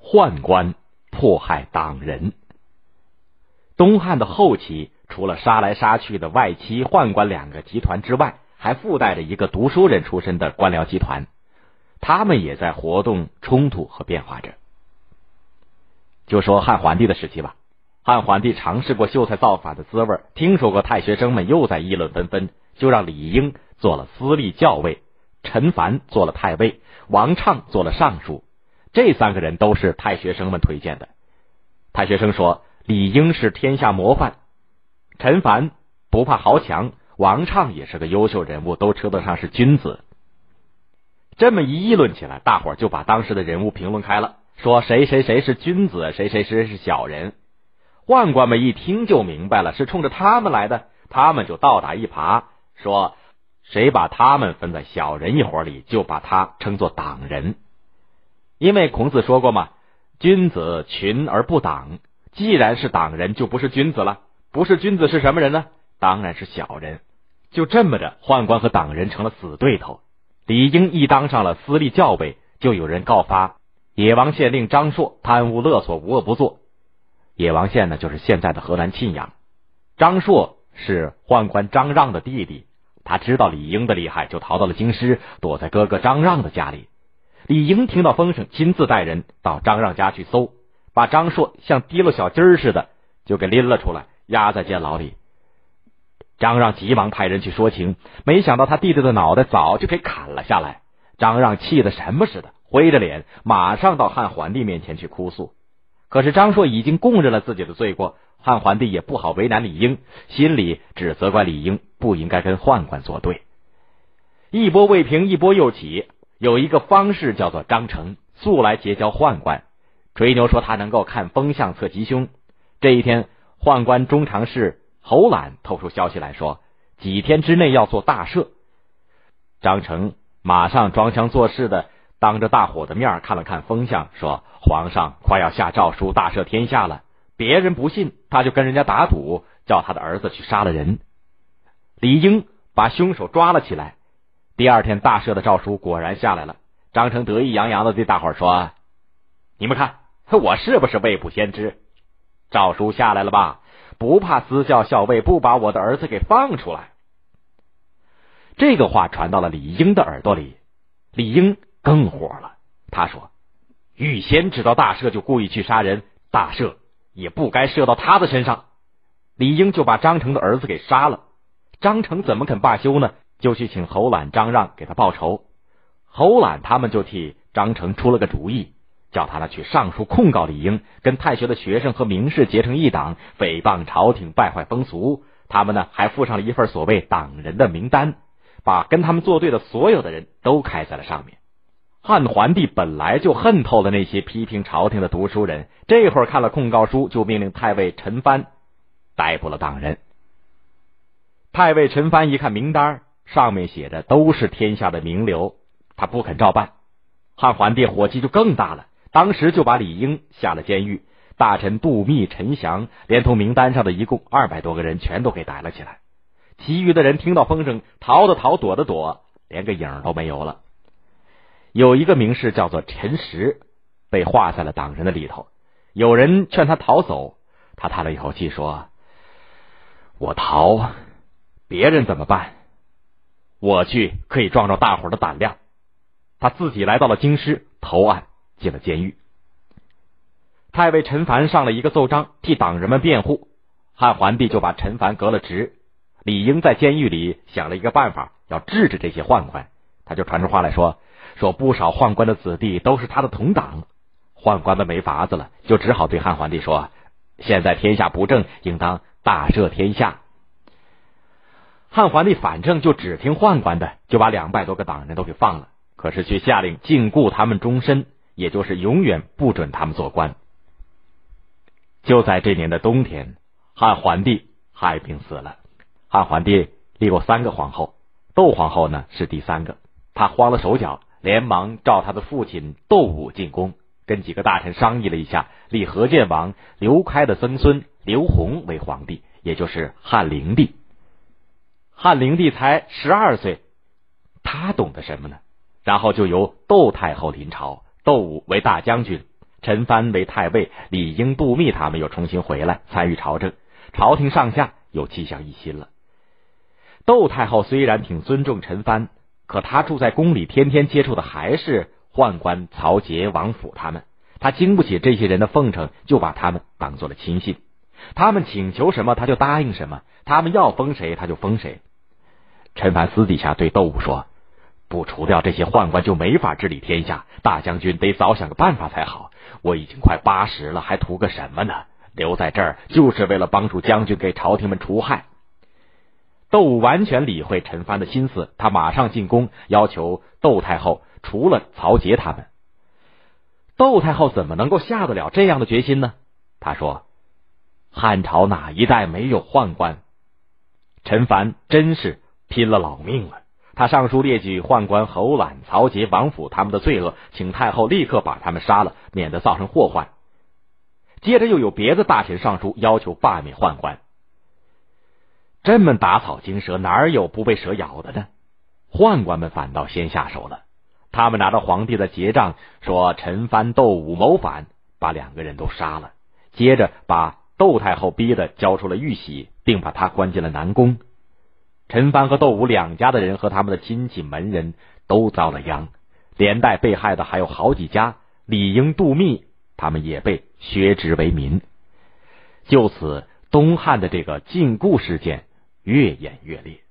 宦官迫害党人。东汉的后期，除了杀来杀去的外戚、宦官两个集团之外，还附带着一个读书人出身的官僚集团，他们也在活动、冲突和变化着。就说汉桓帝的时期吧，汉桓帝尝试过秀才造反的滋味，听说过太学生们又在议论纷纷，就让李英做了司隶校尉，陈蕃做了太尉，王畅做了尚书。这三个人都是太学生们推荐的。太学生说李英是天下模范，陈蕃不怕豪强，王畅也是个优秀人物，都称得上是君子。这么一议论起来，大伙儿就把当时的人物评论开了，说谁谁谁是君子，谁谁谁是小人。宦官们一听就明白了，是冲着他们来的，他们就倒打一耙，说谁把他们分在小人一伙里，就把他称作党人。因为孔子说过嘛，君子群而不党，既然是党人，就不是君子了。不是君子是什么人呢？当然是小人。就这么着，宦官和党人成了死对头。李英一当上了司隶校尉，就有人告发野王县令张硕贪污勒索，无恶不作。野王县呢，就是现在的河南沁阳。张硕是宦官张让的弟弟，他知道李英的厉害，就逃到了京师，躲在哥哥张让的家里。李英听到风声，亲自带人到张让家去搜，把张硕像提了小鸡儿似的就给拎了出来，压在监牢里。张让急忙派人去说情，没想到他弟弟的脑袋早就给砍了下来。张让气得什么似的，灰着脸马上到汉桓帝面前去哭诉。可是张硕已经供认了自己的罪过，汉桓帝也不好为难李英，心里只责怪李英不应该跟宦官作对。一波未平，一波又起。有一个方士叫做张成，素来结交宦官，吹牛说他能够看风向测吉凶。这一天，宦官中常侍侯览透出消息来说，几天之内要做大赦。张成马上装腔作势的当着大伙的面看了看风向，说皇上快要下诏书大赦天下了。别人不信，他就跟人家打赌，叫他的儿子去杀了人。李英把凶手抓了起来。第二天大赦的诏书果然下来了。张成得意洋洋的对大伙说，你们看我是不是未卜先知？诏书下来了吧，不怕私校校尉不把我的儿子给放出来。这个话传到了李英的耳朵里，李英更火了。他说，预先知道大赦就故意去杀人，大赦也不该赦到他的身上。李英就把张成的儿子给杀了。张成怎么肯罢休呢？就去请侯览、张让给他报仇。侯览他们就替张成出了个主意，叫他呢去上书控告李英，跟太学的学生和名士结成一党，诽谤朝廷，败坏风俗。他们呢还附上了一份所谓党人的名单，把跟他们作对的所有的人都开在了上面。汉桓帝本来就恨透了那些批评朝廷的读书人，这会儿看了控告书，就命令太尉陈蕃逮捕了党人。太尉陈蕃一看名单，上面写着都是天下的名流，他不肯照办。汉桓帝火气就更大了，当时就把李英下了监狱，大臣杜密、陈祥连同名单上的一共200多个人全都给逮了起来。其余的人听到风声，逃的逃，躲的躲，连个影都没有了。有一个名士叫做陈实，被划在了党人的里头。有人劝他逃走，他叹了一口气说，我逃，别人怎么办？我去可以壮壮大伙的胆量。他自己来到了京师，投案进了监狱。太尉陈蕃上了一个奏章，替党人们辩护。汉桓帝就把陈蕃革了职。李英在监狱里想了一个办法，要治这些宦官。他就传出话来说不少宦官的子弟都是他的同党。宦官们没法子了，就只好对汉桓帝说，现在天下不正，应当大赦天下。汉桓帝反正就只听宦官的，就把200多个党人都给放了，可是却下令禁锢他们终身，也就是永远不准他们做官。就在这年的冬天，汉桓帝害病死了。汉桓帝立过3个皇后，窦皇后呢是第3个。他慌了手脚，连忙召他的父亲窦武进宫，跟几个大臣商议了一下，立河建王刘开的曾孙刘宏为皇帝，也就是汉灵帝。汉灵帝才12岁，他懂得什么呢？然后就由窦太后临朝，窦武为大将军， 陈蕃为太尉，李英、杜密他们又重新回来参与朝政，朝廷上下又气象一新了。窦太后虽然挺尊重陈蕃，可他住在宫里，天天接触的还是宦官曹节、王府他们，他经不起这些人的奉承，就把他们当做了亲信。他们请求什么他就答应什么，他们要封谁他就封谁。陈蕃私底下对窦武说，不除掉这些宦官就没法治理天下，大将军得早想个办法才好。我已经快80了，还图个什么呢？留在这儿就是为了帮助将军给朝廷们除害。窦武完全理会陈蕃的心思，他马上进宫，要求窦太后除了曹节他们。窦太后怎么能够下得了这样的决心呢？他说，汉朝哪一代没有宦官？陈蕃真是拼了老命了。他上书列举宦官侯览、曹节、王府他们的罪恶，请太后立刻把他们杀了，免得造成祸患。接着又有别的大臣上书要求罢免宦官。这么打草惊蛇，哪有不被蛇咬的呢？宦官们反倒先下手了，他们拿着皇帝的节杖，说陈蕃、窦武谋反，把2个人都杀了。接着把窦太后逼得交出了玉玺，并把他关进了南宫。陈蕃和窦武2家的人和他们的亲戚门人都遭了殃，连带被害的还有好几家，李英、杜密他们也被削职为民。就此，东汉的这个禁锢事件越演越烈。